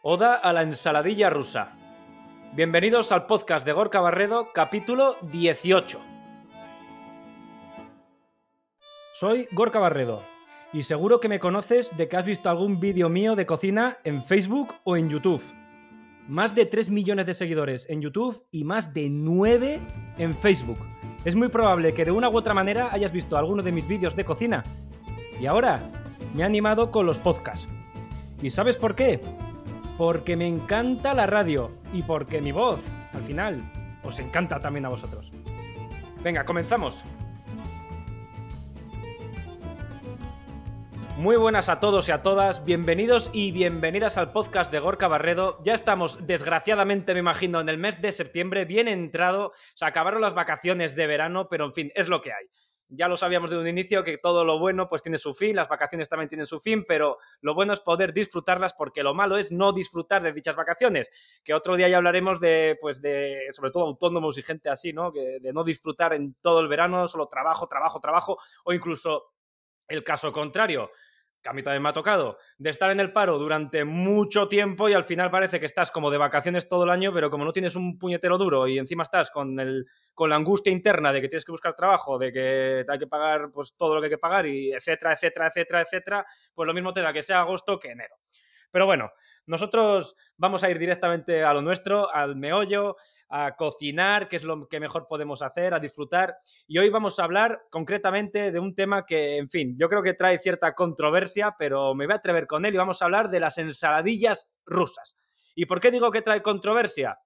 Oda a la ensaladilla rusa. Bienvenidos al podcast de Gorka Barredo, capítulo 18. Soy Gorka Barredo y seguro que me conoces de que has visto algún vídeo mío de cocina en Facebook o en YouTube. Más de 3 millones de seguidores en YouTube y más de 9 en Facebook. Es muy probable que de una u otra manera hayas visto alguno de mis vídeos de cocina. Y ahora me he animado con los podcasts. ¿Y sabes por qué? Porque me encanta la radio y porque mi voz, al final, os encanta también a vosotros. Venga, comenzamos. Muy buenas a todos y a todas, bienvenidos y bienvenidas al podcast de Gorka Barredo. Ya estamos, desgraciadamente me imagino, en el mes de septiembre, bien entrado, se acabaron las vacaciones de verano, pero en fin, es lo que hay. Ya lo sabíamos de un inicio que todo lo bueno pues tiene su fin, las vacaciones también tienen su fin, pero lo bueno es poder disfrutarlas porque lo malo es no disfrutar de dichas vacaciones, que otro día ya hablaremos de sobre todo autónomos y gente así, ¿no? Que de no disfrutar en todo el verano, solo trabajo, o incluso el caso contrario, que a mí también me ha tocado, de estar en el paro durante mucho tiempo y al final parece que estás como de vacaciones todo el año, pero como no tienes un puñetero duro y encima estás con la angustia interna de que tienes que buscar trabajo, de que te hay que pagar pues todo lo que hay que pagar y etcétera, pues lo mismo te da que sea agosto que enero. Pero bueno, nosotros vamos a ir directamente a lo nuestro, al meollo, a cocinar, que es lo que mejor podemos hacer, a disfrutar. Y hoy vamos a hablar concretamente de un tema que, en fin, yo creo que trae cierta controversia, pero me voy a atrever con él y vamos a hablar de las ensaladillas rusas. ¿Y por qué digo que trae controversia?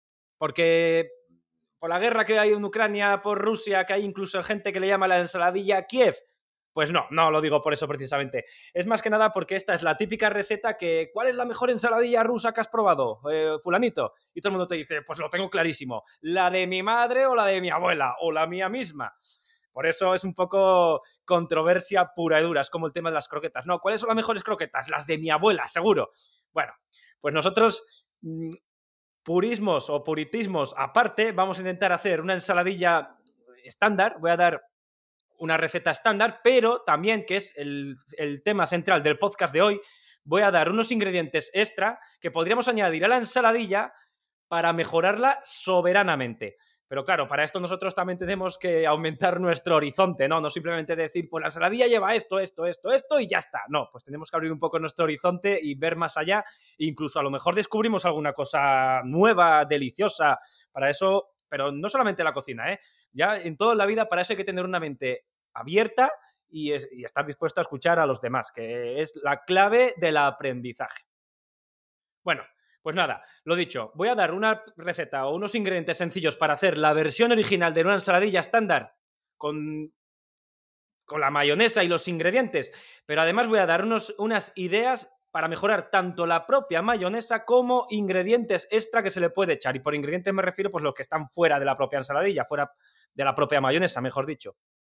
Porque por la guerra que hay en Ucrania, por Rusia, que hay incluso gente que le llama la ensaladilla Kiev. Pues no lo digo por eso precisamente. Es más que nada porque esta es la típica receta que ¿cuál es la mejor ensaladilla rusa que has probado, fulanito? Y todo el mundo te dice, pues lo tengo clarísimo, la de mi madre o la de mi abuela o la mía misma. Por eso es un poco controversia pura y dura, es como el tema de las croquetas. No, ¿cuáles son las mejores croquetas? Las de mi abuela, seguro. Bueno, pues nosotros, purismos o puritismos aparte, vamos a intentar hacer una ensaladilla estándar. Voy a dar una receta estándar, pero también, que es el tema central del podcast de hoy, voy a dar unos ingredientes extra que podríamos añadir a la ensaladilla para mejorarla soberanamente. Pero claro, para esto nosotros también tenemos que aumentar nuestro horizonte, ¿no? No simplemente decir, pues la ensaladilla lleva esto y ya está. No, pues tenemos que abrir un poco nuestro horizonte y ver más allá. Incluso a lo mejor descubrimos alguna cosa nueva, deliciosa. Para eso, pero no solamente la cocina, ¿eh? Ya en toda la vida para eso hay que tener una mente abierta y estar dispuesto a escuchar a los demás, que es la clave del aprendizaje. Bueno, pues nada, lo dicho, voy a dar una receta o unos ingredientes sencillos para hacer la versión original de una ensaladilla estándar con la mayonesa y los ingredientes, pero además voy a dar unas ideas para mejorar tanto la propia mayonesa como ingredientes extra que se le puede echar. Y por ingredientes me refiero pues los que están fuera de la propia ensaladilla, fuera de la propia mayonesa, mejor dicho.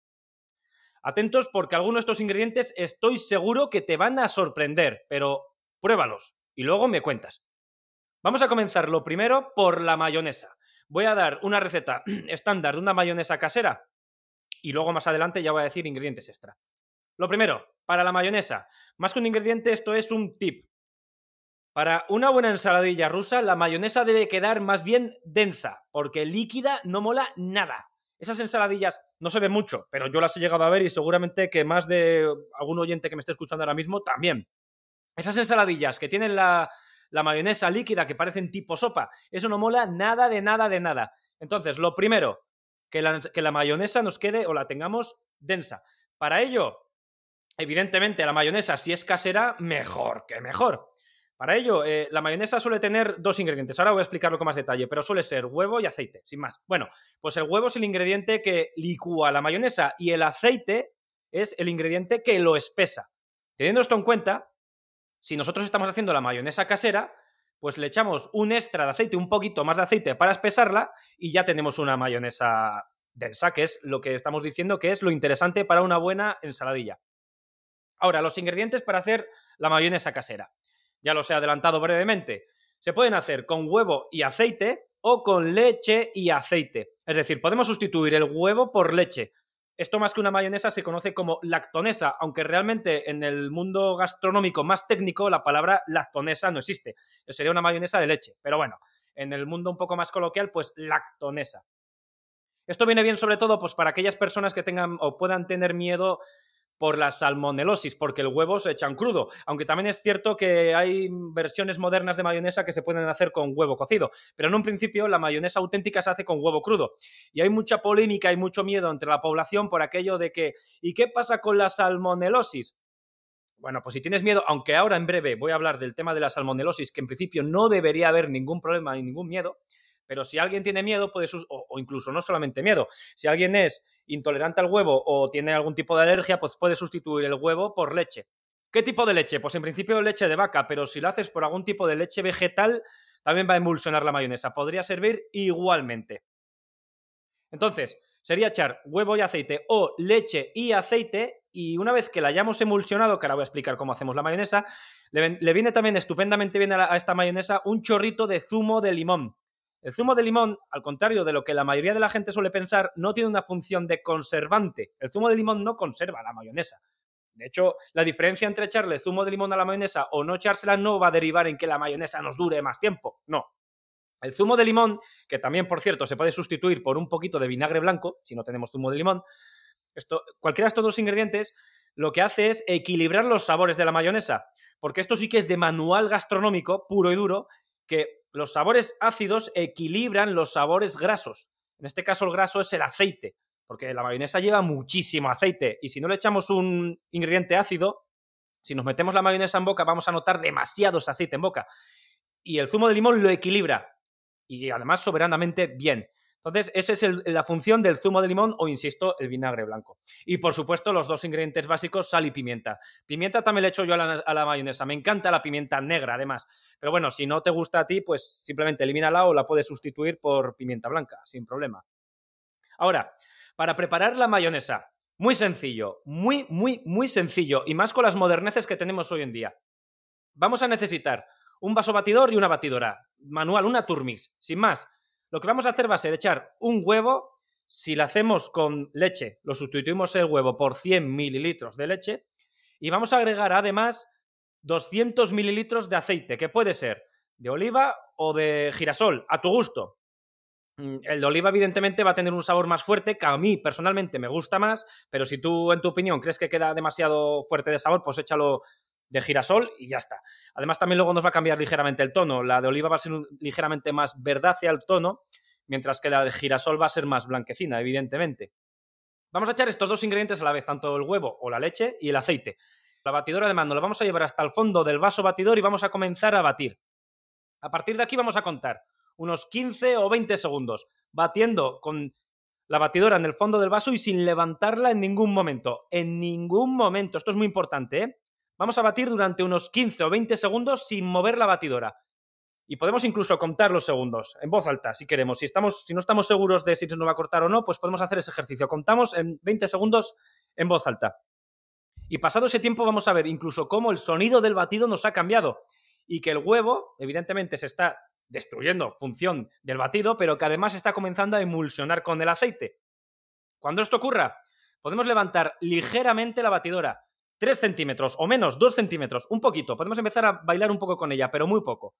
Atentos porque algunos de estos ingredientes estoy seguro que te van a sorprender, pero pruébalos y luego me cuentas. Vamos a comenzar lo primero por la mayonesa. Voy a dar una receta estándar de una mayonesa casera y luego más adelante ya voy a decir ingredientes extra. Lo primero, para la mayonesa, más que un ingrediente, esto es un tip. Para una buena ensaladilla rusa, la mayonesa debe quedar más bien densa, porque líquida no mola nada. Esas ensaladillas no se ven mucho, pero yo las he llegado a ver y seguramente que más de algún oyente que me esté escuchando ahora mismo también. Esas ensaladillas que tienen la mayonesa líquida, que parecen tipo sopa, eso no mola nada de nada. Entonces, lo primero, que la mayonesa nos quede o la tengamos densa. Para ello, evidentemente, la mayonesa, si es casera, mejor que mejor. Para ello, la mayonesa suele tener dos ingredientes. Ahora voy a explicarlo con más detalle, pero suele ser huevo y aceite, sin más. Bueno, pues el huevo es el ingrediente que licúa la mayonesa y el aceite es el ingrediente que lo espesa. Teniendo esto en cuenta, si nosotros estamos haciendo la mayonesa casera, pues le echamos un extra de aceite, un poquito más de aceite para espesarla y ya tenemos una mayonesa densa, que es lo que estamos diciendo que es lo interesante para una buena ensaladilla. Ahora, los ingredientes para hacer la mayonesa casera. Ya los he adelantado brevemente. Se pueden hacer con huevo y aceite o con leche y aceite. Es decir, podemos sustituir el huevo por leche. Esto más que una mayonesa se conoce como lactonesa, aunque realmente en el mundo gastronómico más técnico la palabra lactonesa no existe. Sería una mayonesa de leche, pero bueno, en el mundo un poco más coloquial, pues lactonesa. Esto viene bien sobre todo pues, para aquellas personas que tengan o puedan tener miedo por la salmonelosis, porque el huevo se echan crudo. Aunque también es cierto que hay versiones modernas de mayonesa que se pueden hacer con huevo cocido. Pero en un principio la mayonesa auténtica se hace con huevo crudo. Y hay mucha polémica y mucho miedo entre la población por aquello de que ¿y qué pasa con la salmonelosis? Bueno, pues si tienes miedo, aunque ahora en breve voy a hablar del tema de la salmonelosis, que en principio no debería haber ningún problema ni ningún miedo, pero si alguien tiene miedo, o incluso no solamente miedo, si alguien es intolerante al huevo o tiene algún tipo de alergia, pues puede sustituir el huevo por leche. ¿Qué tipo de leche? Pues en principio leche de vaca, pero si lo haces por algún tipo de leche vegetal, también va a emulsionar la mayonesa. Podría servir igualmente. Entonces, sería echar huevo y aceite o leche y aceite, y una vez que la hayamos emulsionado, que ahora voy a explicar cómo hacemos la mayonesa, le viene también estupendamente bien a esta mayonesa un chorrito de zumo de limón. El zumo de limón, al contrario de lo que la mayoría de la gente suele pensar, no tiene una función de conservante. El zumo de limón no conserva la mayonesa. De hecho, la diferencia entre echarle zumo de limón a la mayonesa o no echársela no va a derivar en que la mayonesa nos dure más tiempo. No. El zumo de limón, que también, por cierto, se puede sustituir por un poquito de vinagre blanco, si no tenemos zumo de limón, cualquiera de estos dos ingredientes lo que hace es equilibrar los sabores de la mayonesa, porque esto sí que es de manual gastronómico, puro y duro, que los sabores ácidos equilibran los sabores grasos. En este caso el graso es el aceite, porque la mayonesa lleva muchísimo aceite y si no le echamos un ingrediente ácido, si nos metemos la mayonesa en boca vamos a notar demasiado aceite en boca. Y el zumo de limón lo equilibra y además soberanamente bien. Entonces, esa es la función del zumo de limón o, insisto, el vinagre blanco. Y, por supuesto, los dos ingredientes básicos, sal y pimienta. Pimienta también le echo yo a la mayonesa. Me encanta la pimienta negra, además. Pero bueno, si no te gusta a ti, pues simplemente elimínala o la puedes sustituir por pimienta blanca, sin problema. Ahora, para preparar la mayonesa, muy sencillo, muy sencillo, y más con las moderneces que tenemos hoy en día. Vamos a necesitar un vaso batidor y una batidora manual, una Turmix, sin más. Lo que vamos a hacer va a ser echar un huevo. Si lo hacemos con leche, lo sustituimos el huevo por 100 mililitros de leche y vamos a agregar además 200 mililitros de aceite, que puede ser de oliva o de girasol, a tu gusto. El de oliva evidentemente va a tener un sabor más fuerte, que a mí personalmente me gusta más, pero si tú en tu opinión crees que queda demasiado fuerte de sabor, pues échalo de girasol y ya está. Además también luego nos va a cambiar ligeramente el tono. La de oliva va a ser ligeramente más verdácea el tono, mientras que la de girasol va a ser más blanquecina, evidentemente. Vamos a echar estos dos ingredientes a la vez, tanto el huevo o la leche y el aceite. La batidora de mano la vamos a llevar hasta el fondo del vaso batidor y vamos a comenzar a batir. A partir de aquí vamos a contar unos 15 o 20 segundos, batiendo con la batidora en el fondo del vaso y sin levantarla en ningún momento. En ningún momento. Esto es muy importante, ¿eh? Vamos a batir durante unos 15 o 20 segundos sin mover la batidora. Y podemos incluso contar los segundos en voz alta, si queremos. Si no estamos seguros de si se nos va a cortar o no, pues podemos hacer ese ejercicio. Contamos en 20 segundos en voz alta. Y pasado ese tiempo vamos a ver incluso cómo el sonido del batido nos ha cambiado. Y que el huevo, evidentemente, se está destruyendo función del batido, pero que además está comenzando a emulsionar con el aceite. Cuando esto ocurra, podemos levantar ligeramente la batidora, 3 centímetros o menos, 2 centímetros, un poquito. Podemos empezar a bailar un poco con ella, pero muy poco.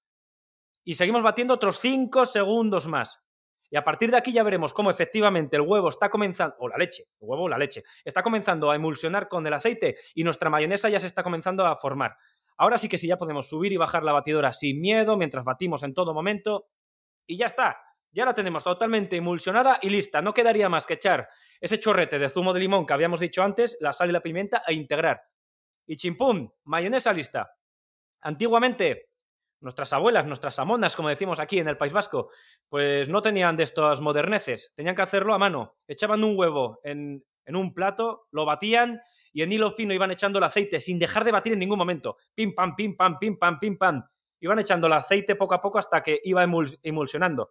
Y seguimos batiendo otros 5 segundos más. Y a partir de aquí ya veremos cómo efectivamente el huevo está comenzando, o la leche, el huevo o la leche, está comenzando a emulsionar con el aceite y nuestra mayonesa ya se está comenzando a formar. Ahora sí que sí ya podemos subir y bajar la batidora sin miedo, mientras batimos en todo momento. Y ya está, ya la tenemos totalmente emulsionada y lista. No quedaría más que echar ese chorrete de zumo de limón que habíamos dicho antes, la sal y la pimienta, e integrar. Y chimpum, mayonesa lista. Antiguamente, nuestras abuelas, nuestras amonas, como decimos aquí en el País Vasco, pues no tenían de estas moderneces. Tenían que hacerlo a mano. Echaban un huevo en un plato, lo batían y en hilo fino iban echando el aceite sin dejar de batir en ningún momento. Pim, pam, pim, pam, pim, pam, pim, pam. Iban echando el aceite poco a poco hasta que iba emulsionando.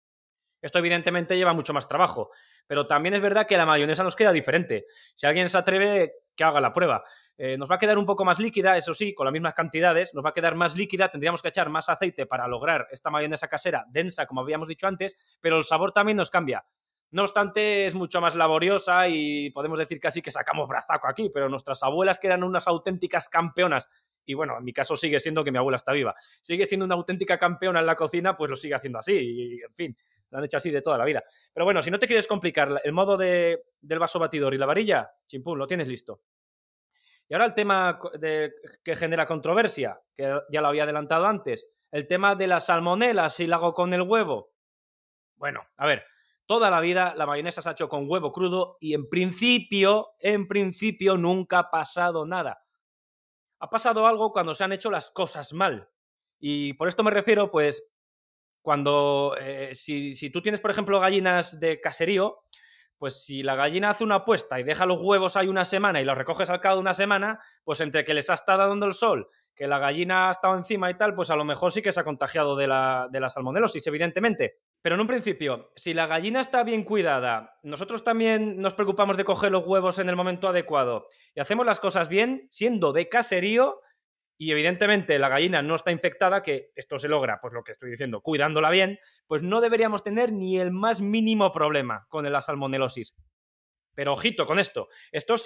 Esto evidentemente lleva mucho más trabajo, pero también es verdad que la mayonesa nos queda diferente. Si alguien se atreve, que haga la prueba. Nos va a quedar un poco más líquida, eso sí, con las mismas cantidades, nos va a quedar más líquida, tendríamos que echar más aceite para lograr esta mayonesa casera densa, como habíamos dicho antes, pero el sabor también nos cambia. No obstante, es mucho más laboriosa y podemos decir casi que sacamos brazaco aquí, pero nuestras abuelas, que eran unas auténticas campeonas, y bueno, en mi caso sigue siendo que mi abuela está viva, sigue siendo una auténtica campeona en la cocina, pues lo sigue haciendo así, y en fin, lo han hecho así de toda la vida. Pero bueno, si no te quieres complicar el modo del vaso batidor y la varilla, chimpún, lo tienes listo. Y ahora el tema que genera controversia, que ya lo había adelantado antes, el tema de la salmonela, si la hago con el huevo. Bueno, a ver, toda la vida la mayonesa se ha hecho con huevo crudo y en principio nunca ha pasado nada. Ha pasado algo cuando se han hecho las cosas mal. Y por esto me refiero, pues, cuando, si tú tienes, por ejemplo, gallinas de caserío, pues si la gallina hace una puesta y deja los huevos ahí una semana y los recoges al cabo de una semana, pues entre que les ha estado dando el sol, que la gallina ha estado encima y tal, pues a lo mejor sí que se ha contagiado de la salmonelosis, evidentemente. Pero en un principio, si la gallina está bien cuidada, nosotros también nos preocupamos de coger los huevos en el momento adecuado y hacemos las cosas bien, siendo de caserío, y evidentemente la gallina no está infectada, que esto se logra, pues lo que estoy diciendo, cuidándola bien, pues no deberíamos tener ni el más mínimo problema con la salmonelosis. Pero ojito con esto. Esto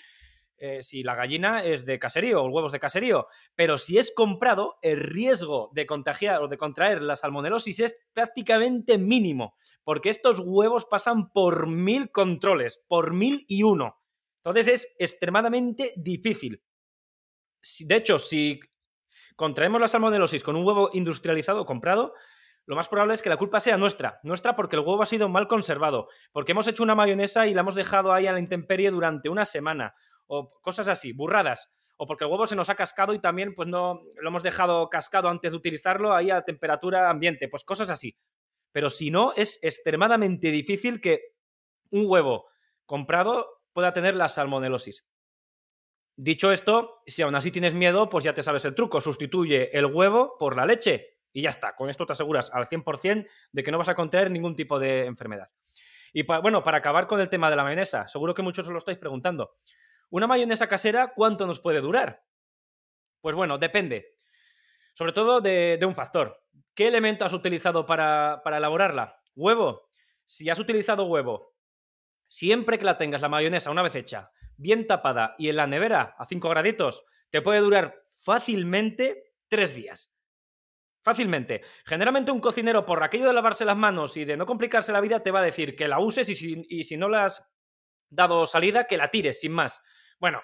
si la gallina es de caserío o el huevo es de caserío, pero si es comprado, el riesgo de contagiar o de contraer la salmonelosis es prácticamente mínimo, porque estos huevos pasan por 1000 controles, por 1001. Entonces es extremadamente difícil. De hecho, si contraemos la salmonelosis con un huevo industrializado comprado, lo más probable es que la culpa sea nuestra porque el huevo ha sido mal conservado, porque hemos hecho una mayonesa y la hemos dejado ahí a la intemperie durante una semana, o cosas así, burradas, o porque el huevo se nos ha cascado y también pues no lo hemos dejado cascado antes de utilizarlo ahí a temperatura ambiente, pues cosas así. Pero si no, es extremadamente difícil que un huevo comprado pueda tener la salmonelosis. Dicho esto, si aún así tienes miedo, pues ya te sabes el truco. Sustituye el huevo por la leche y ya está. Con esto te aseguras al 100% de que no vas a contraer ningún tipo de enfermedad. Y bueno, para acabar con el tema de la mayonesa, seguro que muchos os lo estáis preguntando. ¿Una mayonesa casera cuánto nos puede durar? Pues bueno, depende. Sobre todo de un factor. ¿Qué elemento has utilizado para elaborarla? ¿Huevo? Si has utilizado huevo, siempre que la tengas la mayonesa una vez hecha, bien tapada y en la nevera a 5 graditos, te puede durar fácilmente 3 días. Fácilmente. Generalmente un cocinero, por aquello de lavarse las manos y de no complicarse la vida, te va a decir que la uses y si no la has dado salida, que la tires, sin más. Bueno,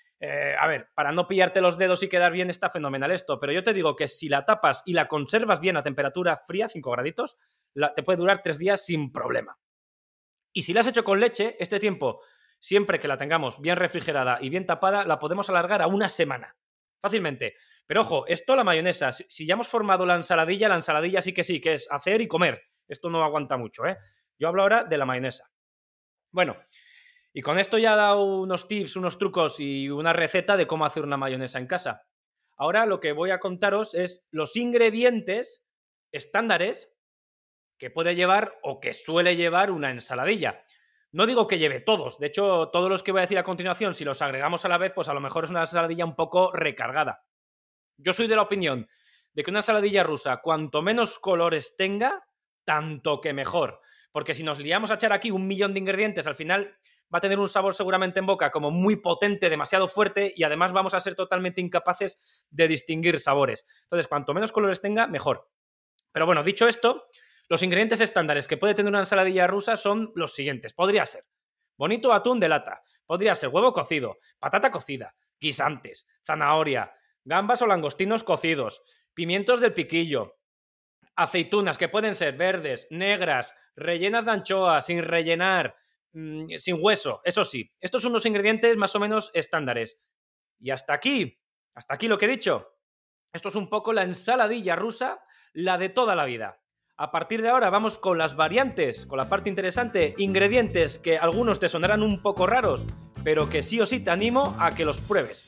a ver, para no pillarte los dedos y quedar bien está fenomenal esto, pero yo te digo que si la tapas y la conservas bien a temperatura fría, 5 graditos, te puede durar 3 días sin problema. Y si la has hecho con leche, este tiempo, siempre que la tengamos bien refrigerada y bien tapada, la podemos alargar a una semana. Fácilmente. Pero ojo, esto la mayonesa, si ya hemos formado la ensaladilla sí, que es hacer y comer. Esto no aguanta mucho, ¿eh? Yo hablo ahora de la mayonesa. Bueno, y con esto ya he dado unos tips, unos trucos y una receta de cómo hacer una mayonesa en casa. Ahora lo que voy a contaros es los ingredientes estándares que puede llevar o que suele llevar una ensaladilla. No digo que lleve todos, de hecho, todos los que voy a decir a continuación, si los agregamos a la vez, pues a lo mejor es una ensaladilla un poco recargada. Yo soy de la opinión de que una ensaladilla rusa, cuanto menos colores tenga, tanto que mejor. Porque si nos liamos a echar aquí 1.000.000 de ingredientes, al final va a tener un sabor seguramente en boca como muy potente, demasiado fuerte, y además vamos a ser totalmente incapaces de distinguir sabores. Entonces, cuanto menos colores tenga, mejor. Pero bueno, dicho esto, los ingredientes estándares que puede tener una ensaladilla rusa son los siguientes. Podría ser bonito atún de lata, podría ser huevo cocido, patata cocida, guisantes, zanahoria, gambas o langostinos cocidos, pimientos del piquillo, aceitunas que pueden ser verdes, negras, rellenas de anchoa, sin rellenar, sin hueso, eso sí. Estos son los ingredientes más o menos estándares. Y hasta aquí lo que he dicho. Esto es un poco la ensaladilla rusa, la de toda la vida. A partir de ahora vamos con las variantes, con la parte interesante, ingredientes que algunos te sonarán un poco raros, pero que sí o sí te animo a que los pruebes.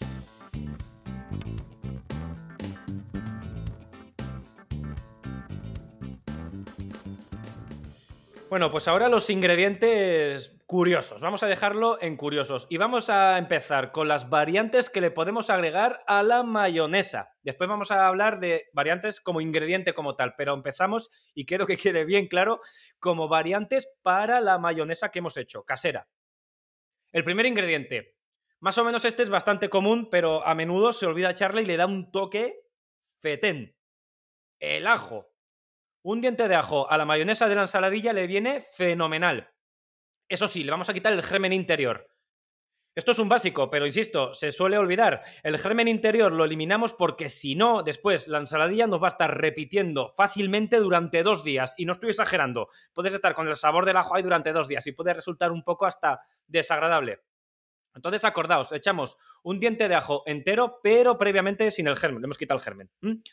Bueno, pues ahora los ingredientes curiosos. Vamos a dejarlo en curiosos. Y vamos a empezar con las variantes que le podemos agregar a la mayonesa. Después vamos a hablar de variantes como ingrediente como tal, pero empezamos, y quiero que quede bien claro, como variantes para la mayonesa que hemos hecho, casera. El primer ingrediente. Más o menos este es bastante común, pero a menudo se olvida echarle y le da un toque fetén. El ajo. Un diente de ajo a la mayonesa de la ensaladilla le viene fenomenal. Eso sí, le vamos a quitar el germen interior. Esto es un básico, pero insisto, se suele olvidar. El germen interior lo eliminamos porque si no, después la ensaladilla nos va a estar repitiendo fácilmente durante 2 días. Y no estoy exagerando. Puedes estar con el sabor del ajo ahí durante 2 días y puede resultar un poco hasta desagradable. Entonces, acordaos, echamos un diente de ajo entero, pero previamente sin el germen. Le hemos quitado el germen.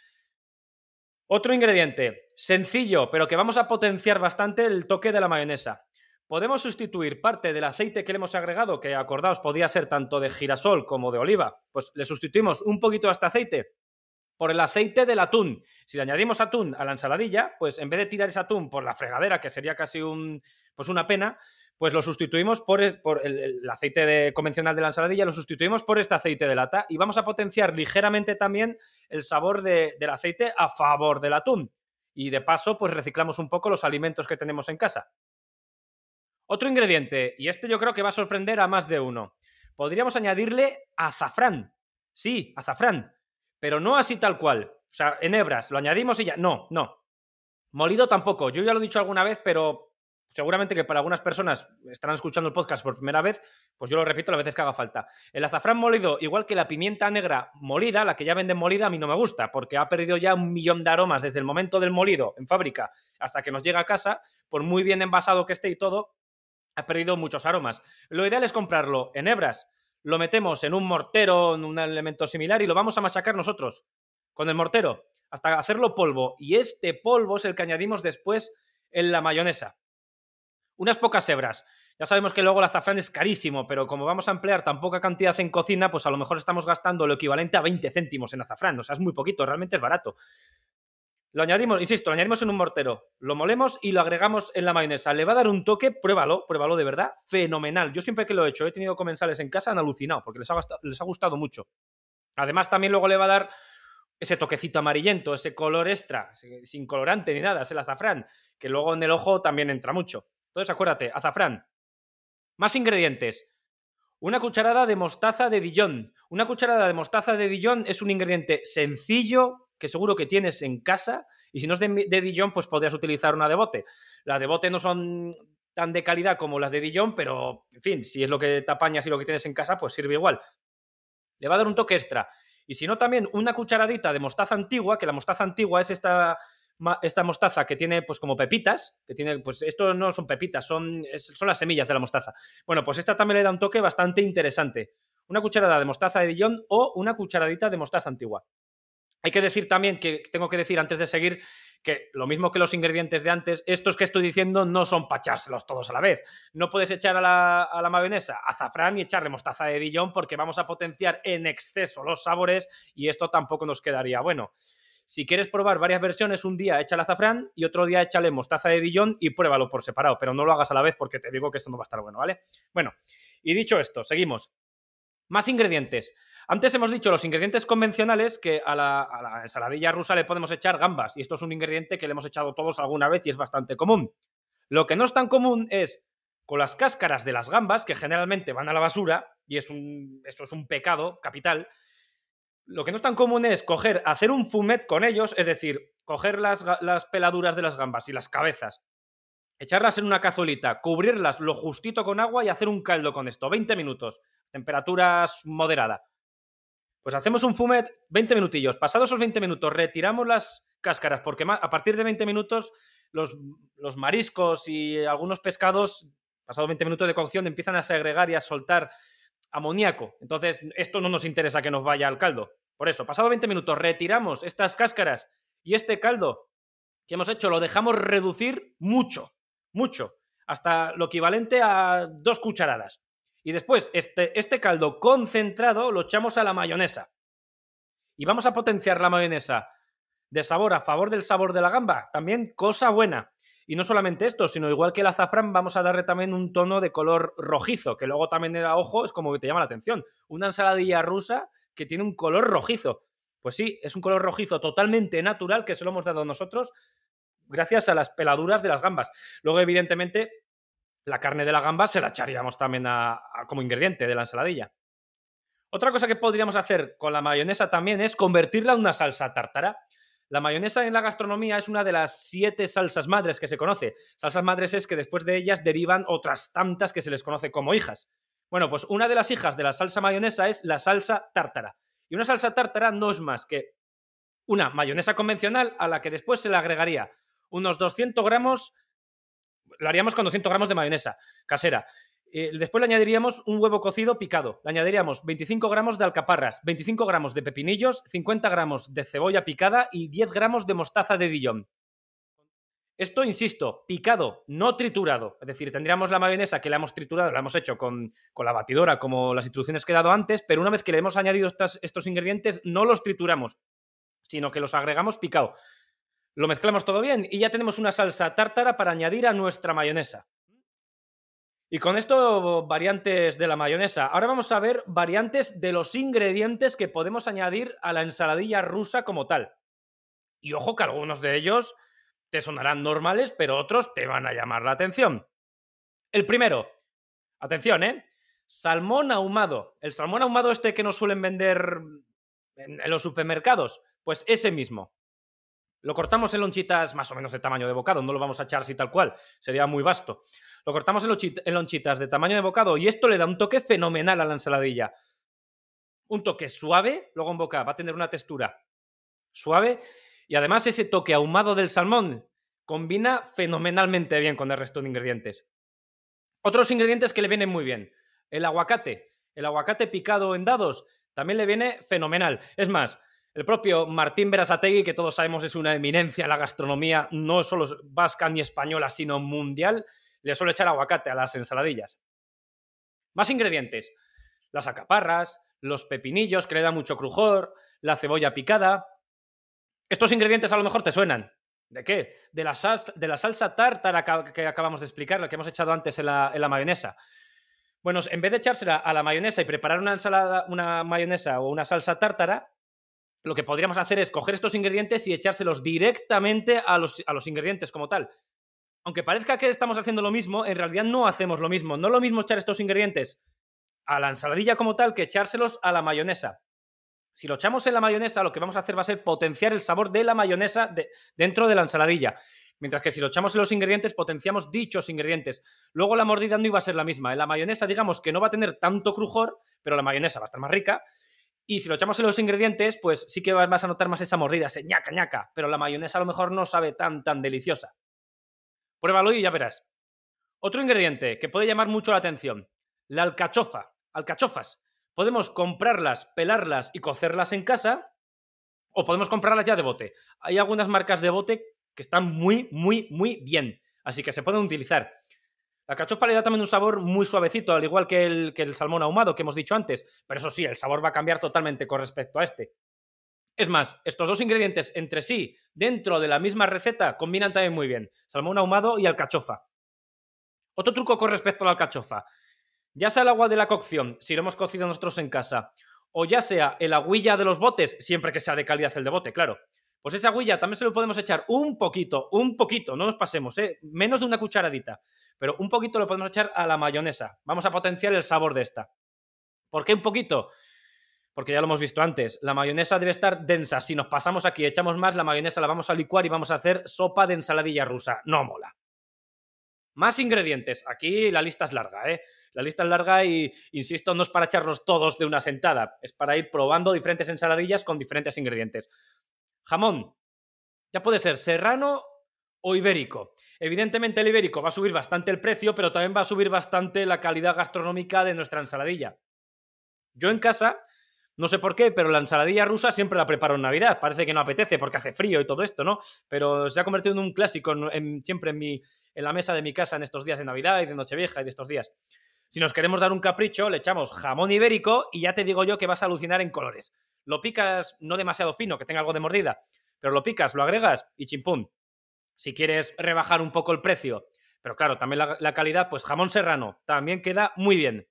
Otro ingrediente, sencillo, pero que vamos a potenciar bastante el toque de la mayonesa. Podemos sustituir parte del aceite que le hemos agregado, que acordaos podía ser tanto de girasol como de oliva, pues le sustituimos un poquito a este aceite por el aceite del atún. Si le añadimos atún a la ensaladilla, pues en vez de tirar ese atún por la fregadera, que sería casi una pena, pues lo sustituimos por el aceite convencional de la ensaladilla, lo sustituimos por este aceite de lata y vamos a potenciar ligeramente también el sabor del aceite a favor del atún. Y de paso, pues reciclamos un poco los alimentos que tenemos en casa. Otro ingrediente, y este yo creo que va a sorprender a más de uno. Podríamos añadirle azafrán. Sí, azafrán. Pero no así tal cual. O sea, en hebras, lo añadimos y ya. No. Molido tampoco. Yo ya lo he dicho alguna vez, pero seguramente que para algunas personas estarán escuchando el podcast por primera vez, pues yo lo repito las veces que haga falta. El azafrán molido, igual que la pimienta negra molida, la que ya venden molida, a mí no me gusta, porque ha perdido ya 1.000.000 de aromas desde el momento del molido en fábrica hasta que nos llega a casa, por muy bien envasado que esté y todo, ha perdido muchos aromas. Lo ideal es comprarlo en hebras, lo metemos en un mortero, en un elemento similar y lo vamos a machacar nosotros con el mortero hasta hacerlo polvo. Y este polvo es el que añadimos después en la mayonesa. Unas pocas hebras. Ya sabemos que luego el azafrán es carísimo, pero como vamos a emplear tan poca cantidad en cocina, pues a lo mejor estamos gastando lo equivalente a 20 céntimos en azafrán. O sea, es muy poquito, realmente es barato. Lo añadimos, insisto, lo añadimos en un mortero, lo molemos y lo agregamos en la mayonesa. Le va a dar un toque, pruébalo de verdad, fenomenal. Yo siempre que lo he hecho, he tenido comensales en casa, han alucinado, porque les ha gustado mucho. Además, también luego le va a dar ese toquecito amarillento, ese color extra, sin colorante ni nada, es el azafrán, que luego en el ojo también entra mucho. Entonces, acuérdate, azafrán. Más ingredientes. Una cucharada de mostaza de Dijon. Una cucharada de mostaza de Dijon es un ingrediente sencillo, que seguro que tienes en casa, y si no es de Dijon, pues podrías utilizar una de bote. Las de bote no son tan de calidad como las de Dijon, pero, en fin, si es lo que te apañas y lo que tienes en casa, pues sirve igual. Le va a dar un toque extra. Y si no, también una cucharadita de mostaza antigua, que la mostaza antigua es esta mostaza que tiene pues como pepitas, que tiene, pues esto no son pepitas, son las semillas de la mostaza. Bueno, pues esta también le da un toque bastante interesante. Una cucharada de mostaza de Dijon o una cucharadita de mostaza antigua. Hay que decir también, que tengo que decir antes de seguir, que lo mismo que los ingredientes de antes, estos que estoy diciendo no son para echárselos todos a la vez. No puedes echar a la mayonesa azafrán y echarle mostaza de Dijon porque vamos a potenciar en exceso los sabores y esto tampoco nos quedaría bueno. Si quieres probar varias versiones, un día échale azafrán y otro día échale mostaza de Dijon y pruébalo por separado, pero no lo hagas a la vez porque te digo que esto no va a estar bueno, ¿vale? Bueno, y dicho esto, seguimos. Más ingredientes. Antes hemos dicho los ingredientes convencionales, que a la ensaladilla rusa le podemos echar gambas y esto es un ingrediente que le hemos echado todos alguna vez y es bastante común. Lo que no es tan común es con las cáscaras de las gambas, que generalmente van a la basura y eso es un pecado capital. Lo que no es tan común es hacer un fumet con ellos, es decir, coger las peladuras de las gambas y las cabezas, echarlas en una cazuelita, cubrirlas lo justito con agua y hacer un caldo con esto, 20 minutos, temperaturas moderada. Pues hacemos un fumet 20 minutillos. Pasados esos 20 minutos retiramos las cáscaras porque a partir de 20 minutos los mariscos y algunos pescados, pasados 20 minutos de cocción, empiezan a segregar y a soltar amoníaco. Entonces, esto no nos interesa que nos vaya al caldo. Por eso, pasado 20 minutos, retiramos estas cáscaras y este caldo que hemos hecho lo dejamos reducir mucho, hasta lo equivalente a 2 cucharadas. Y después, este caldo concentrado lo echamos a la mayonesa. Y vamos a potenciar la mayonesa de sabor a favor del sabor de la gamba. También cosa buena. Y no solamente esto, sino igual que el azafrán, vamos a darle también un tono de color rojizo, que luego también a ojo es como que te llama la atención. Una ensaladilla rusa que tiene un color rojizo. Pues sí, es un color rojizo totalmente natural que se lo hemos dado nosotros gracias a las peladuras de las gambas. Luego, evidentemente, la carne de la gamba se la echaríamos también como ingrediente de la ensaladilla. Otra cosa que podríamos hacer con la mayonesa también es convertirla en una salsa tártara. La mayonesa en la gastronomía es una de las 7 salsas madres que se conoce. Salsas madres es que después de ellas derivan otras tantas que se les conoce como hijas. Bueno, pues una de las hijas de la salsa mayonesa es la salsa tártara. Y una salsa tártara no es más que una mayonesa convencional a la que después se le agregaría unos 200 gramos, lo haríamos con 200 gramos de mayonesa casera. Después le añadiríamos un huevo cocido picado. Le añadiríamos 25 gramos de alcaparras, 25 gramos de pepinillos, 50 gramos de cebolla picada y 10 gramos de mostaza de Dijon. Esto, insisto, picado, no triturado. Es decir, tendríamos la mayonesa que la hemos triturado, la hemos hecho con la batidora, como las instrucciones que he dado antes, pero una vez que le hemos añadido estos ingredientes, no los trituramos, sino que los agregamos picado. Lo mezclamos todo bien y ya tenemos una salsa tártara para añadir a nuestra mayonesa. Y con esto, variantes de la mayonesa. Ahora vamos a ver variantes de los ingredientes que podemos añadir a la ensaladilla rusa como tal. Y ojo que algunos de ellos te sonarán normales, pero otros te van a llamar la atención. El primero, atención, salmón ahumado. El salmón ahumado este que nos suelen vender en los supermercados, pues ese mismo. Lo cortamos en lonchitas más o menos de tamaño de bocado, no lo vamos a echar así tal cual, sería muy vasto. Lo cortamos en lonchitas de tamaño de bocado y esto le da un toque fenomenal a la ensaladilla. Un toque suave, luego en boca va a tener una textura suave y además ese toque ahumado del salmón combina fenomenalmente bien con el resto de ingredientes. Otros ingredientes que le vienen muy bien. El aguacate picado en dados también le viene fenomenal. Es más, el propio Martín Berasategui, que todos sabemos es una eminencia en la gastronomía, no solo vasca ni española, sino mundial, le suele echar aguacate a las ensaladillas. Más ingredientes. Las alcaparras, los pepinillos, que le da mucho crujor, la cebolla picada. Estos ingredientes a lo mejor te suenan. ¿De qué? De la salsa tártara que acabamos de explicar, la que hemos echado antes en la mayonesa. Bueno, en vez de echársela a la mayonesa y preparar una mayonesa o una salsa tártara, lo que podríamos hacer es coger estos ingredientes y echárselos directamente a los ingredientes como tal. Aunque parezca que estamos haciendo lo mismo, en realidad no hacemos lo mismo. No es lo mismo echar estos ingredientes a la ensaladilla como tal que echárselos a la mayonesa. Si lo echamos en la mayonesa, lo que vamos a hacer va a ser potenciar el sabor de la mayonesa dentro de la ensaladilla. Mientras que si lo echamos en los ingredientes, potenciamos dichos ingredientes. Luego la mordida no iba a ser la misma. En la mayonesa, digamos que no va a tener tanto crujor, pero la mayonesa va a estar más rica. Y si lo echamos en los ingredientes, pues sí que vas a notar más esa mordida, ese ñaca, ñaca. Pero la mayonesa a lo mejor no sabe tan deliciosa. Pruébalo y ya verás. Otro ingrediente que puede llamar mucho la atención. La alcachofa. Alcachofas. Podemos comprarlas, pelarlas y cocerlas en casa o podemos comprarlas ya de bote. Hay algunas marcas de bote que están muy bien, así que se pueden utilizar. La alcachofa le da también un sabor muy suavecito, al igual que el salmón ahumado que hemos dicho antes, pero eso sí, el sabor va a cambiar totalmente con respecto a este. Es más, estos dos ingredientes entre sí, dentro de la misma receta, combinan también muy bien. Salmón ahumado y alcachofa. Otro truco con respecto a la alcachofa. Ya sea el agua de la cocción, si lo hemos cocido nosotros en casa, o ya sea el agüilla de los botes, siempre que sea de calidad el de bote, claro. Pues esa agüilla también se lo podemos echar un poquito, no nos pasemos, menos de una cucharadita, pero un poquito lo podemos echar a la mayonesa. Vamos a potenciar el sabor de esta. ¿Por qué un poquito? Porque ya lo hemos visto antes, la mayonesa debe estar densa. Si nos pasamos aquí, echamos más, la mayonesa la vamos a licuar y vamos a hacer sopa de ensaladilla rusa. No mola. Más ingredientes. Aquí la lista es larga, La lista es larga y, insisto, no es para echarlos todos de una sentada. Es para ir probando diferentes ensaladillas con diferentes ingredientes. Jamón. Ya puede ser serrano o ibérico. Evidentemente el ibérico va a subir bastante el precio, pero también va a subir bastante la calidad gastronómica de nuestra ensaladilla. Yo en casa, no sé por qué, pero la ensaladilla rusa siempre la preparo en Navidad. Parece que no apetece porque hace frío y todo esto, ¿no? Pero se ha convertido en un clásico siempre en la mesa de mi casa en estos días de Navidad y de Nochevieja y de estos días. Si nos queremos dar un capricho, le echamos jamón ibérico y ya te digo yo que vas a alucinar en colores. Lo picas no demasiado fino, que tenga algo de mordida, pero lo picas, lo agregas y chimpún. Si quieres rebajar un poco el precio, pero claro, también la calidad, pues jamón serrano también queda muy bien.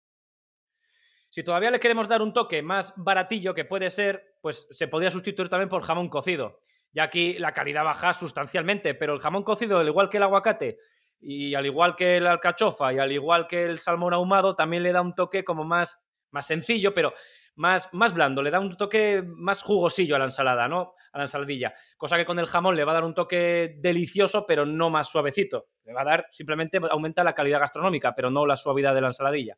Si todavía le queremos dar un toque más baratillo, que puede ser, pues se podría sustituir también por jamón cocido. Ya aquí la calidad baja sustancialmente, pero el jamón cocido, al igual que el aguacate, y al igual que la alcachofa, y al igual que el salmón ahumado, también le da un toque como más sencillo, pero más blando, le da un toque más jugosillo a la ensalada, ¿no? A la ensaladilla. Cosa que con el jamón le va a dar un toque delicioso, pero no más suavecito. Le va a dar, simplemente aumenta la calidad gastronómica, pero no la suavidad de la ensaladilla.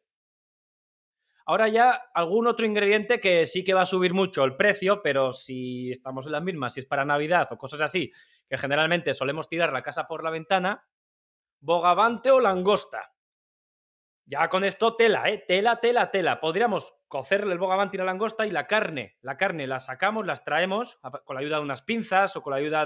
Ahora ya algún otro ingrediente que sí que va a subir mucho el precio, pero si estamos en las mismas, si es para Navidad o cosas así, que generalmente solemos tirar la casa por la ventana, bogavante o langosta. Ya con esto tela, tela. Podríamos cocerle el bogavante y la langosta y la carne la sacamos, las traemos con la ayuda de unas pinzas o con la ayuda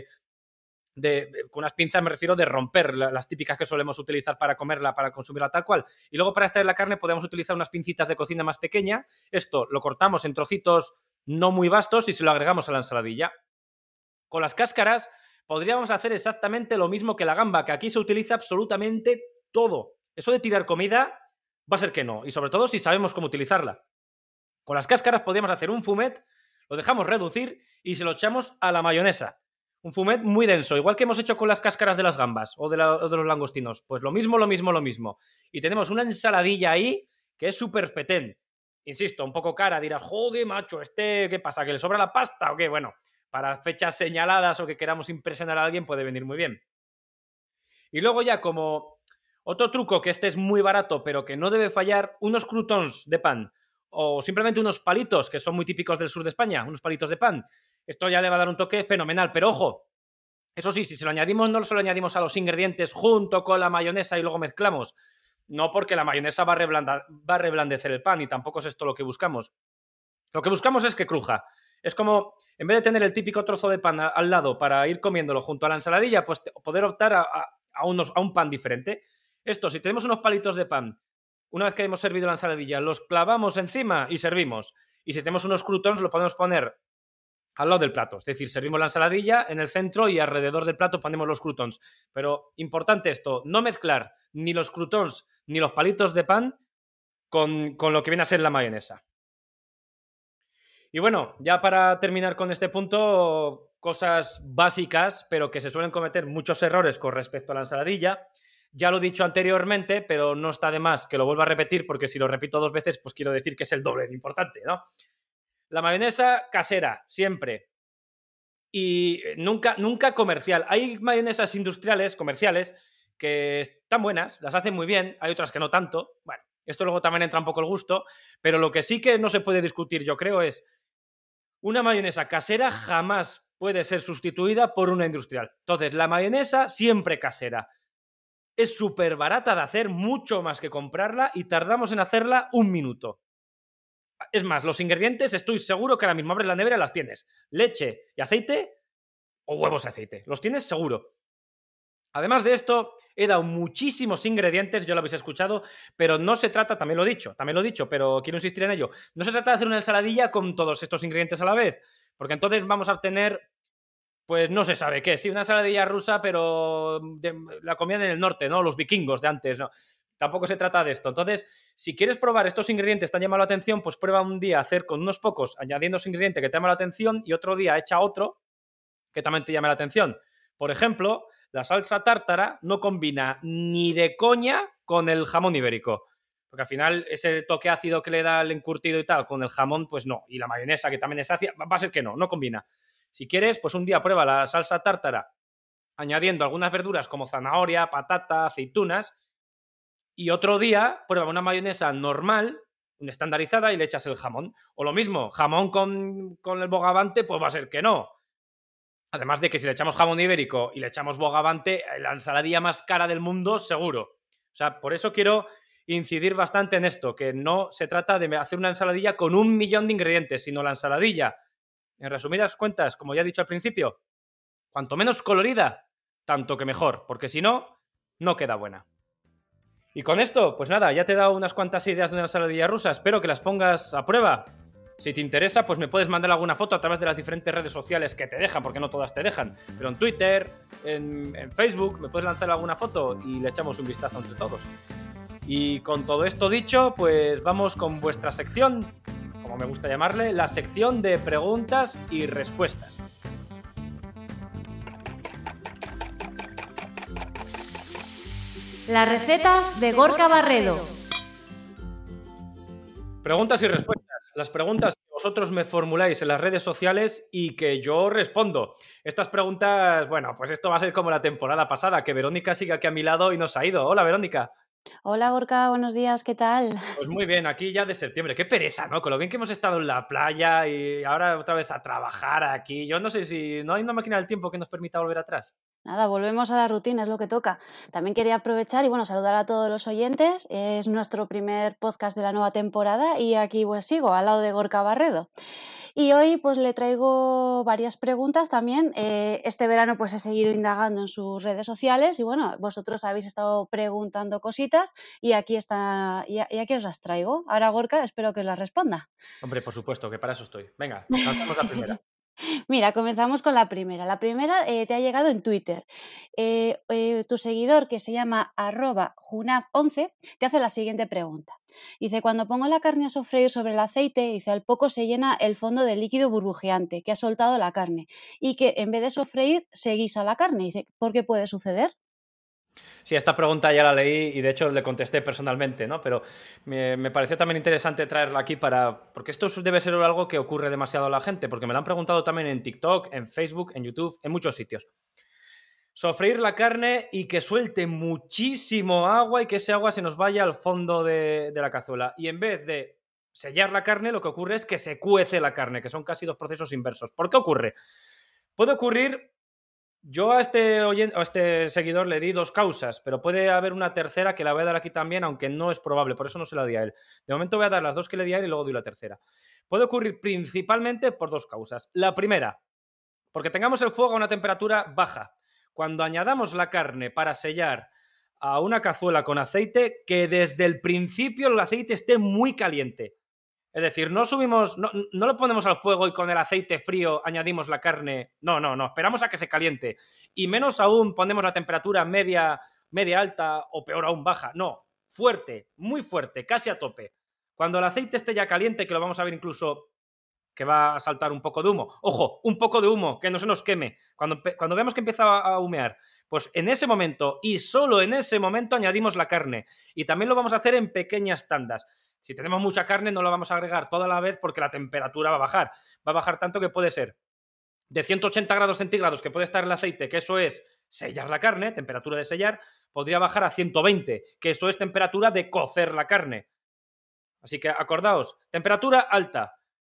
con unas pinzas me refiero de romper las típicas que solemos utilizar para comerla, para consumirla tal cual. Y luego para extraer la carne podemos utilizar unas pincitas de cocina más pequeña. Esto lo cortamos en trocitos no muy vastos y se lo agregamos a la ensaladilla. Con las cáscaras podríamos hacer exactamente lo mismo que la gamba, que aquí se utiliza absolutamente todo. Eso de tirar comida va a ser que no, y sobre todo si sabemos cómo utilizarla. Con las cáscaras podríamos hacer un fumet, lo dejamos reducir y se lo echamos a la mayonesa. Un fumet muy denso, igual que hemos hecho con las cáscaras de las gambas o de los langostinos. Pues lo mismo. Y tenemos una ensaladilla ahí que es súper petén. Insisto, un poco cara, dirás, joder, macho, ¿qué pasa? ¿Que le sobra la pasta o qué? Bueno, para fechas señaladas o que queramos impresionar a alguien puede venir muy bien. Y luego ya como otro truco, que este es muy barato pero que no debe fallar, unos croutons de pan o simplemente unos palitos que son muy típicos del sur de España, unos palitos de pan. Esto ya le va a dar un toque fenomenal, pero ojo, eso sí, si se lo añadimos, no se lo añadimos a los ingredientes junto con la mayonesa y luego mezclamos. No, porque la mayonesa va a reblandecer el pan y tampoco es esto lo que buscamos. Lo que buscamos es que cruja. Es como, en vez de tener el típico trozo de pan al lado para ir comiéndolo junto a la ensaladilla, pues poder optar a un pan diferente. Esto, si tenemos unos palitos de pan, una vez que hemos servido la ensaladilla, los clavamos encima y servimos. Y si tenemos unos croutons, lo podemos poner al lado del plato. Es decir, servimos la ensaladilla en el centro y alrededor del plato ponemos los croutons. Pero importante esto, no mezclar ni los croutons ni los palitos de pan con lo que viene a ser la mayonesa. Y bueno, ya para terminar con este punto, cosas básicas, pero que se suelen cometer muchos errores con respecto a la ensaladilla. Ya lo he dicho anteriormente, pero no está de más que lo vuelva a repetir, porque si lo repito 2 veces, pues quiero decir que es el doble de importante, ¿no? La mayonesa casera, siempre. Y nunca comercial. Hay mayonesas industriales, comerciales, que están buenas, las hacen muy bien, hay otras que no tanto. Bueno, esto luego también entra un poco el gusto, pero lo que sí que no se puede discutir, yo creo, es una mayonesa casera jamás puede ser sustituida por una industrial. Entonces, la mayonesa siempre casera. Es súper barata de hacer, mucho más que comprarla, y tardamos en hacerla 1 minuto. Es más, los ingredientes estoy seguro que ahora mismo abres la nevera y las tienes. Leche y aceite o huevos y aceite. Los tienes seguro. Además de esto, he dado muchísimos ingredientes, ya lo habéis escuchado, pero no se trata, también lo he dicho, pero quiero insistir en ello, no se trata de hacer una ensaladilla con todos estos ingredientes a la vez, porque entonces vamos a obtener, pues no se sabe qué, sí, una ensaladilla rusa, pero la comían en el norte, ¿no? Los vikingos de antes, ¿no? Tampoco se trata de esto. Entonces, si quieres probar estos ingredientes que te han llamado la atención, pues prueba un día hacer con unos pocos, añadiendo ese ingrediente que te llama la atención, y otro día echa otro que también te llame la atención. Por ejemplo, la salsa tártara no combina ni de coña con el jamón ibérico. Porque al final ese toque ácido que le da el encurtido y tal con el jamón, pues no. Y la mayonesa, que también es ácida, va a ser que no combina. Si quieres, pues un día prueba la salsa tártara añadiendo algunas verduras como zanahoria, patata, aceitunas. Y otro día prueba una mayonesa normal, una estandarizada, y le echas el jamón. O lo mismo, jamón con el bogavante, pues va a ser que no. Además de que si le echamos jamón ibérico y le echamos bogavante, la ensaladilla más cara del mundo, seguro. O sea, por eso quiero incidir bastante en esto, que no se trata de hacer una ensaladilla con 1 millón de ingredientes, sino la ensaladilla, en resumidas cuentas, como ya he dicho al principio, cuanto menos colorida, tanto que mejor, porque si no, no queda buena. Y con esto, pues nada, ya te he dado unas cuantas ideas de una ensaladilla rusa, espero que las pongas a prueba. Si te interesa, pues me puedes mandar alguna foto a través de las diferentes redes sociales que te dejan, porque no todas te dejan. Pero en Twitter, en Facebook, me puedes lanzar alguna foto y le echamos un vistazo entre todos. Y con todo esto dicho, pues vamos con vuestra sección, como me gusta llamarle, la sección de preguntas y respuestas. Las recetas de Gorka Barredo. Preguntas y respuestas. Las preguntas que vosotros me formuláis en las redes sociales y que yo respondo. Estas preguntas, bueno, pues esto va a ser como la temporada pasada, que Verónica sigue aquí a mi lado y nos ha ido. Hola, Verónica. Hola Gorka, buenos días, ¿qué tal? Pues muy bien, aquí ya de septiembre. Qué pereza, ¿no? Con lo bien que hemos estado en la playa y ahora otra vez a trabajar aquí. Yo no sé si no hay una máquina del tiempo que nos permita volver atrás. Nada, volvemos a la rutina, es lo que toca. También quería aprovechar y saludar a todos los oyentes. Es nuestro primer podcast de la nueva temporada y aquí pues sigo, al lado de Gorka Barredo. Y hoy pues le traigo varias preguntas también. Este verano pues he seguido indagando en sus redes sociales y vosotros habéis estado preguntando cositas y aquí os las traigo. Ahora Gorka, espero que os las responda. Hombre, por supuesto, que para eso estoy. Venga, lanzamos la primera. Mira, comenzamos con la primera. La primera te ha llegado en Twitter. Tu seguidor, que se llama @junaf11, te hace la siguiente pregunta. Dice, cuando pongo la carne a sofreír sobre el aceite, dice, al poco se llena el fondo de líquido burbujeante que ha soltado la carne y que en vez de sofreír se guisa la carne. Dice, ¿por qué puede suceder? Sí, esta pregunta ya la leí y de hecho le contesté personalmente, ¿no? Pero me pareció también interesante traerla aquí porque esto debe ser algo que ocurre demasiado a la gente, porque me lo han preguntado también en TikTok, en Facebook, en YouTube, en muchos sitios. Sofreír la carne y que suelte muchísimo agua y que ese agua se nos vaya al fondo de la cazuela. Y en vez de sellar la carne, lo que ocurre es que se cuece la carne, que son casi dos procesos inversos. ¿Por qué ocurre? Puede ocurrir... Yo a este seguidor le di dos causas, pero puede haber una tercera que la voy a dar aquí también, aunque no es probable, por eso no se la di a él. De momento voy a dar las dos que le di a él y luego doy la tercera. Puede ocurrir principalmente por dos causas. La primera, porque tengamos el fuego a una temperatura baja. Cuando añadamos la carne para sellar a una cazuela con aceite, que desde el principio el aceite esté muy caliente. Es decir, no lo ponemos al fuego y con el aceite frío añadimos la carne. No, esperamos a que se caliente. Y menos aún ponemos la temperatura media alta o peor aún baja. No, fuerte, muy fuerte, casi a tope. Cuando el aceite esté ya caliente, que lo vamos a ver incluso que va a saltar un poco de humo. Ojo, un poco de humo, que no se nos queme. Cuando vemos que empieza a humear, pues en ese momento y solo en ese momento añadimos la carne. Y también lo vamos a hacer en pequeñas tandas. Si tenemos mucha carne no la vamos a agregar toda la vez porque la temperatura va a bajar. Va a bajar tanto que puede ser de 180 grados centígrados que puede estar el aceite, que eso es sellar la carne, temperatura de sellar, podría bajar a 120, que eso es temperatura de cocer la carne. Así que acordaos, temperatura alta,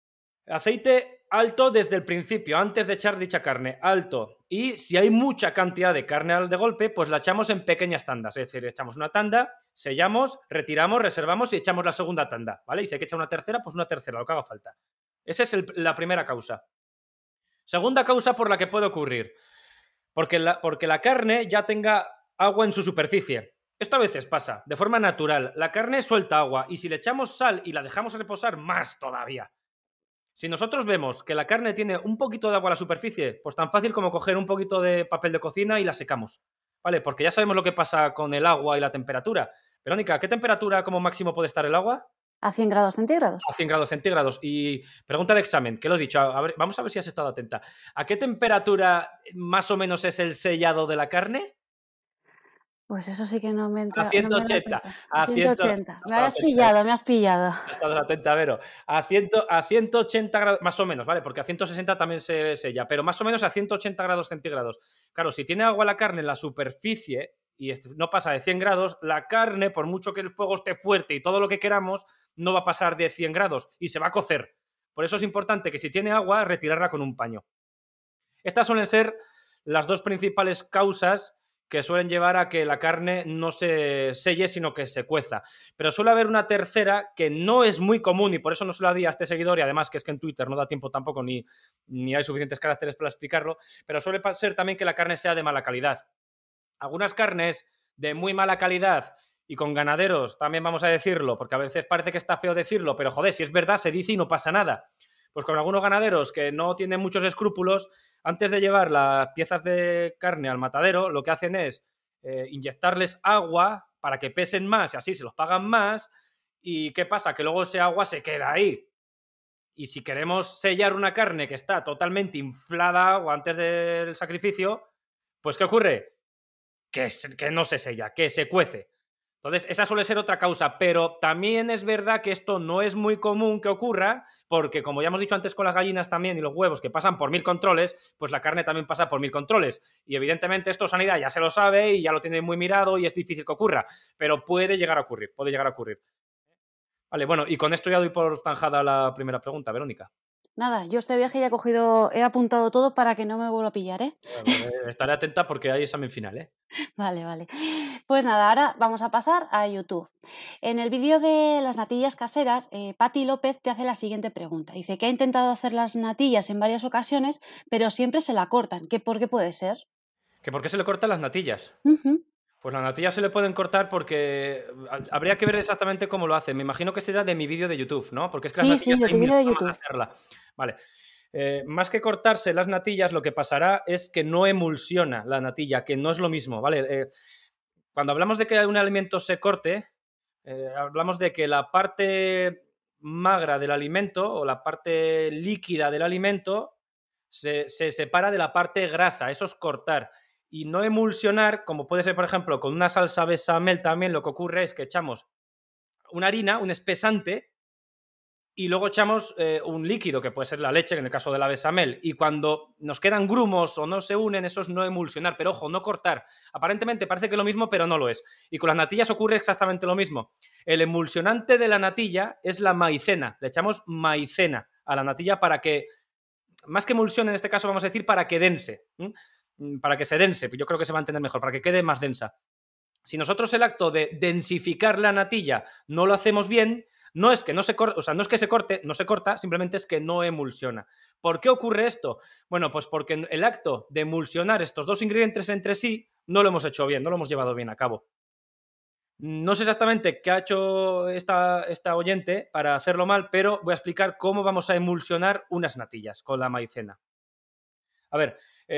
aceite alto desde el principio, antes de echar dicha carne, alto. Y si hay mucha cantidad de carne de golpe, pues la echamos en pequeñas tandas. Es decir, echamos una tanda, sellamos, retiramos, reservamos y echamos la segunda tanda, ¿vale? Y si hay que echar una tercera, pues una tercera, lo que haga falta. Esa es la primera causa. Segunda causa por la que puede ocurrir. Porque la carne ya tenga agua en su superficie. Esto a veces pasa, de forma natural. La carne suelta agua y si le echamos sal y la dejamos reposar, más todavía. Si nosotros vemos que la carne tiene un poquito de agua a la superficie, pues tan fácil como coger un poquito de papel de cocina y la secamos, ¿vale? Porque ya sabemos lo que pasa con el agua y la temperatura. Verónica, ¿qué temperatura como máximo puede estar el agua? A 100 grados centígrados. A 100 grados centígrados. Y pregunta de examen, que lo he dicho, vamos a ver si has estado atenta. ¿A qué temperatura más o menos es el sellado de la carne? Pues eso sí que no me entra. A 180. A 180. Me has pillado. Estás atenta, Vero. A 180 grados, más o menos, ¿vale? Porque a 160 también se sella, pero más o menos a 180 grados centígrados. Claro, si tiene agua la carne en la superficie y no pasa de 100 grados, la carne, por mucho que el fuego esté fuerte y todo lo que queramos, no va a pasar de 100 grados y se va a cocer. Por eso es importante que si tiene agua, retirarla con un paño. Estas suelen ser las dos principales causas que suelen llevar a que la carne no se selle, sino que se cueza. Pero suele haber una tercera que no es muy común y por eso no se la di a este seguidor y además que es que en Twitter no da tiempo tampoco ni hay suficientes caracteres para explicarlo, pero suele ser también que la carne sea de mala calidad. Algunas carnes de muy mala calidad Y con ganaderos también vamos a decirlo, porque a veces parece que está feo decirlo, pero joder, si es verdad, se dice y no pasa nada. Pues con algunos ganaderos que no tienen muchos escrúpulos, antes de llevar las piezas de carne al matadero, lo que hacen es inyectarles agua para que pesen más y así se los pagan más. ¿Y qué pasa? Que luego ese agua se queda ahí. Y si queremos sellar una carne que está totalmente inflada o antes del sacrificio, pues ¿qué ocurre? Que no se sella, que se cuece. Entonces, esa suele ser otra causa, pero también es verdad que esto no es muy común que ocurra, porque como ya hemos dicho antes con las gallinas también y los huevos que pasan por 1000 controles, pues la carne también pasa por 1000 controles. Y evidentemente esto Sanidad ya se lo sabe y ya lo tiene muy mirado y es difícil que ocurra, pero puede llegar a ocurrir, puede llegar a ocurrir. Vale, bueno, y con esto ya doy por zanjada la primera pregunta, Verónica. Nada, yo este viaje ya he apuntado todo para que no me vuelva a pillar, ¿eh? Estaré atenta porque hay examen final, ¿eh? Vale, vale. Pues nada, ahora vamos a pasar a YouTube. En el vídeo de las natillas caseras, Pati López te hace la siguiente pregunta. Dice que ha intentado hacer las natillas en varias ocasiones, pero siempre se la cortan. ¿Por qué puede ser? ¿Que por qué se le cortan las natillas? Uh-huh. Pues las natillas se le pueden cortar porque habría que ver exactamente cómo lo hacen. Me imagino que será de mi vídeo de YouTube, ¿no? Porque es que las natillas de tu vídeo de YouTube. hacerla. Vale. Más que cortarse las natillas, lo que pasará es que no emulsiona la natilla, que no es lo mismo, ¿vale? Cuando hablamos de que un alimento se corte, hablamos de que la parte magra del alimento o la parte líquida del alimento se separa de la parte grasa, eso es cortar. Y no emulsionar, como puede ser, por ejemplo, con una salsa bechamel también, lo que ocurre es que echamos una harina, un espesante, y luego echamos un líquido, que puede ser la leche, en el caso de la bechamel, y cuando nos quedan grumos o no se unen, eso es no emulsionar, pero ojo, no cortar. Aparentemente parece que es lo mismo, pero no lo es. Y con las natillas ocurre exactamente lo mismo. El emulsionante de la natilla es la maicena. Le echamos maicena a la natilla para que, más que emulsione en este caso, vamos a decir para que dense. Para que se dense, yo creo que se va a entender mejor, para que quede más densa. Si nosotros el acto de densificar la natilla no lo hacemos bien, no es que no se corte, o sea, no es que se corte, no se corta, simplemente es que no emulsiona. ¿Por qué ocurre esto? Bueno, pues porque el acto de emulsionar estos dos ingredientes entre sí no lo hemos hecho bien, no lo hemos llevado bien a cabo. No sé exactamente qué ha hecho esta oyente para hacerlo mal, pero voy a explicar cómo vamos a emulsionar unas natillas con la maicena. A ver,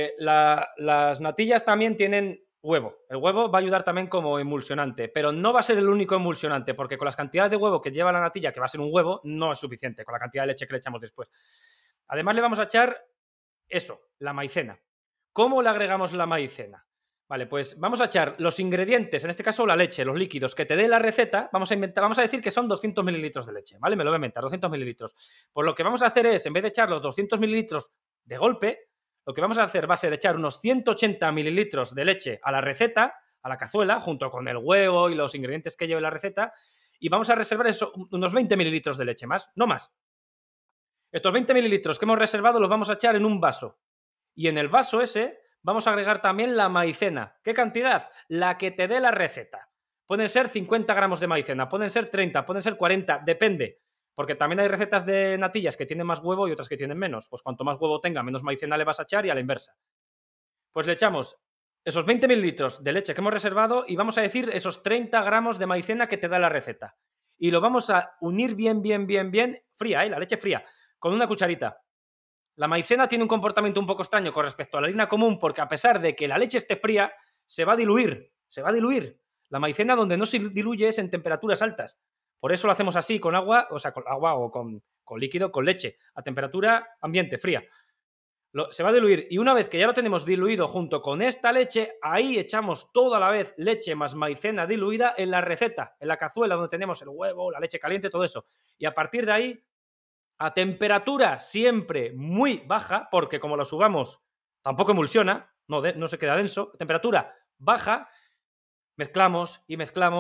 las natillas también tienen huevo. El huevo va a ayudar también como emulsionante, pero no va a ser el único emulsionante, porque con las cantidades de huevo que lleva la natilla, que va a ser un huevo, no es suficiente con la cantidad de leche que le echamos después. Además le vamos a echar eso, la maicena. ¿Cómo le agregamos la maicena? Vale, pues vamos a echar los ingredientes, en este caso la leche, los líquidos que te dé la receta, vamos a decir que son 200 mililitros de leche, ¿vale? Me lo voy a inventar, 200 mililitros. Pues lo que vamos a hacer es, en vez de echar los 200 mililitros de golpe, lo que vamos a hacer va a ser echar unos 180 mililitros de leche a la receta, a la cazuela, junto con el huevo y los ingredientes que lleve la receta, y vamos a reservar eso, unos 20 mililitros de leche más, no más. Estos 20 mililitros que hemos reservado los vamos a echar en un vaso. Y en el vaso ese vamos a agregar también la maicena. ¿Qué cantidad? La que te dé la receta. Pueden ser 50 gramos de maicena, pueden ser 30, pueden ser 40, depende. Porque también hay recetas de natillas que tienen más huevo y otras que tienen menos. Pues cuanto más huevo tenga, menos maicena le vas a echar y a la inversa. Pues le echamos esos 20 mililitros de leche que hemos reservado y vamos a decir esos 30 gramos de maicena que te da la receta. Y lo vamos a unir bien, fría, la leche fría, con una cucharita. La maicena tiene un comportamiento un poco extraño con respecto a la harina común porque a pesar de que la leche esté fría, se va a diluir. La maicena donde no se diluye es en temperaturas altas. Por eso lo hacemos así, con agua, o sea, con agua o con líquido, con leche, a temperatura ambiente, fría. Se va a diluir y una vez que ya lo tenemos diluido junto con esta leche, ahí echamos toda la vez leche más maicena diluida en la receta, en la cazuela donde tenemos el huevo, la leche caliente, todo eso. Y a partir de ahí, a temperatura siempre muy baja, porque como lo subamos tampoco emulsiona, no se queda denso, temperatura baja, mezclamos y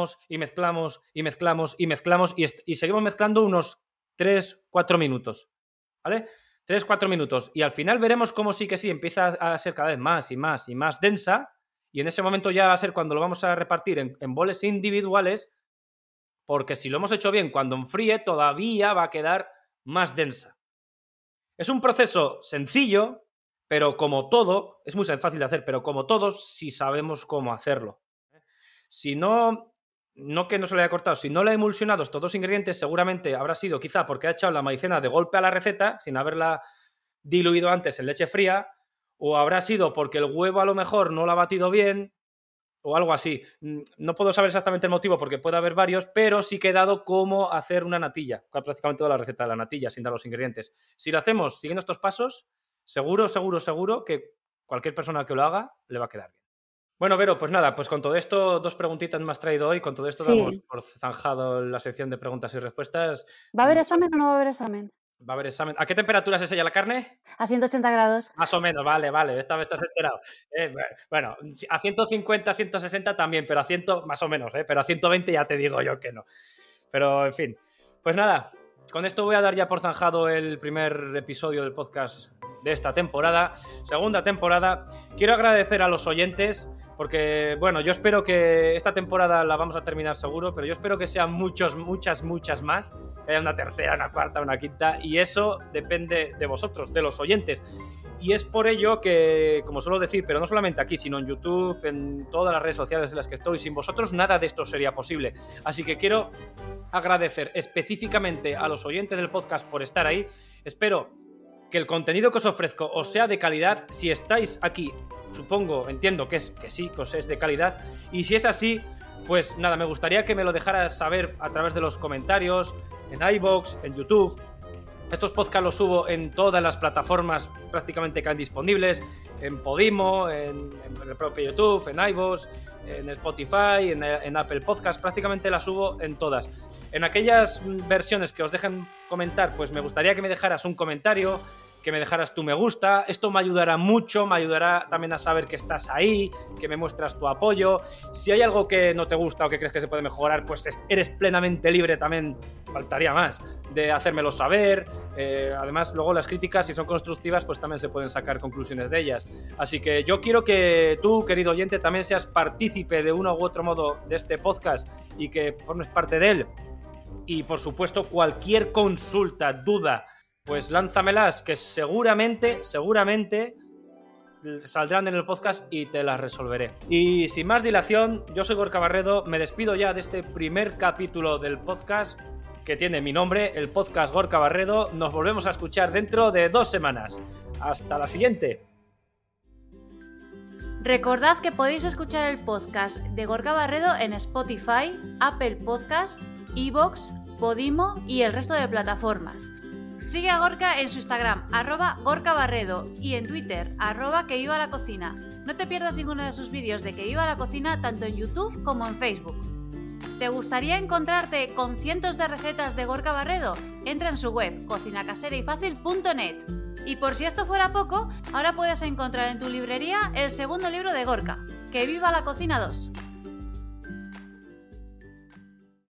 seguimos mezclando unos 3-4 minutos, ¿vale? 3-4 minutos y al final veremos cómo sí que sí empieza a ser cada vez más y más densa y en ese momento ya va a ser cuando lo vamos a repartir en boles individuales porque si lo hemos hecho bien cuando enfríe todavía va a quedar más densa. Es un proceso sencillo, pero como todo, es muy fácil de hacer, pero como todos, si sabemos cómo hacerlo. Si no no que no se lo haya cortado, si no le ha emulsionado estos 2 ingredientes, seguramente habrá sido quizá porque ha echado la maicena de golpe a la receta, sin haberla diluido antes en leche fría, o habrá sido porque el huevo a lo mejor no lo ha batido bien, o algo así. No puedo saber exactamente el motivo porque puede haber varios, pero sí que he dado cómo hacer una natilla, prácticamente toda la receta de la natilla sin dar los ingredientes. Si lo hacemos siguiendo estos pasos, seguro que cualquier persona que lo haga le va a quedar bien. Bueno, Vero, pues nada, pues con todo esto, 2 preguntitas me has traído hoy, con todo esto Sí. damos por zanjado la sección de preguntas y respuestas. ¿Va a haber examen o no va a haber examen? Va a haber examen. ¿A qué temperatura se sella la carne? A 180 grados. Más o menos, vale, esta vez te has enterado. Bueno, a 150, 160 también, pero a 100 más o menos, pero a 120 ya te digo yo que no. Pero, en fin, pues nada, con esto voy a dar ya por zanjado el primer episodio del podcast de esta temporada, segunda temporada. Quiero agradecer a los oyentes porque, bueno, yo espero que esta temporada la vamos a terminar seguro, pero yo espero que sean muchas más, que haya una tercera, una cuarta, una quinta, y eso depende de vosotros, de los oyentes. Y es por ello que, como suelo decir, pero no solamente aquí, sino en YouTube, en todas las redes sociales en las que estoy, sin vosotros nada de esto sería posible. Así que quiero agradecer específicamente a los oyentes del podcast por estar ahí. Espero que el contenido que os ofrezco os sea de calidad. Si estáis aquí, entiendo que sí, que os es de calidad. Y si es así, pues nada, me gustaría que me lo dejaras saber a través de los comentarios, en iVoox, en YouTube. Estos podcasts los subo en todas las plataformas prácticamente que hay disponibles, en Podimo, en el propio YouTube, en iVoox, en Spotify, en Apple Podcasts, prácticamente las subo en todas. En aquellas versiones que os dejen comentar, pues me gustaría que me dejaras un comentario, que me dejaras tu me gusta. Esto me ayudará mucho, me ayudará también a saber que estás ahí, que me muestras tu apoyo. Si hay algo que no te gusta o que crees que se puede mejorar, pues eres plenamente libre también, faltaría más, de hacérmelo saber. Además, luego las críticas, si son constructivas, pues también se pueden sacar conclusiones de ellas. Así que yo quiero que tú, querido oyente, también seas partícipe de uno u otro modo de este podcast y que formes parte de él. Y, por supuesto, cualquier consulta, duda, pues lánzamelas, que seguramente saldrán en el podcast y te las resolveré. Y sin más dilación, yo soy Gorka Barredo, me despido ya de este primer capítulo del podcast que tiene mi nombre, el podcast Gorka Barredo. Nos volvemos a escuchar dentro de 2 semanas. Hasta la siguiente. Recordad que podéis escuchar el podcast de Gorka Barredo en Spotify, Apple Podcasts, iVoox, Podimo y el resto de plataformas. Sigue a Gorka en su Instagram, @GorkaBarredo, y en Twitter, @QueVivaLaCocina. No te pierdas ninguno de sus vídeos de Que Viva la Cocina, tanto en YouTube como en Facebook. ¿Te gustaría encontrarte con cientos de recetas de Gorka Barredo? Entra en su web, cocinacaserayfacil.net. Y por si esto fuera poco, ahora puedes encontrar en tu librería el segundo libro de Gorka, Que Viva la Cocina 2.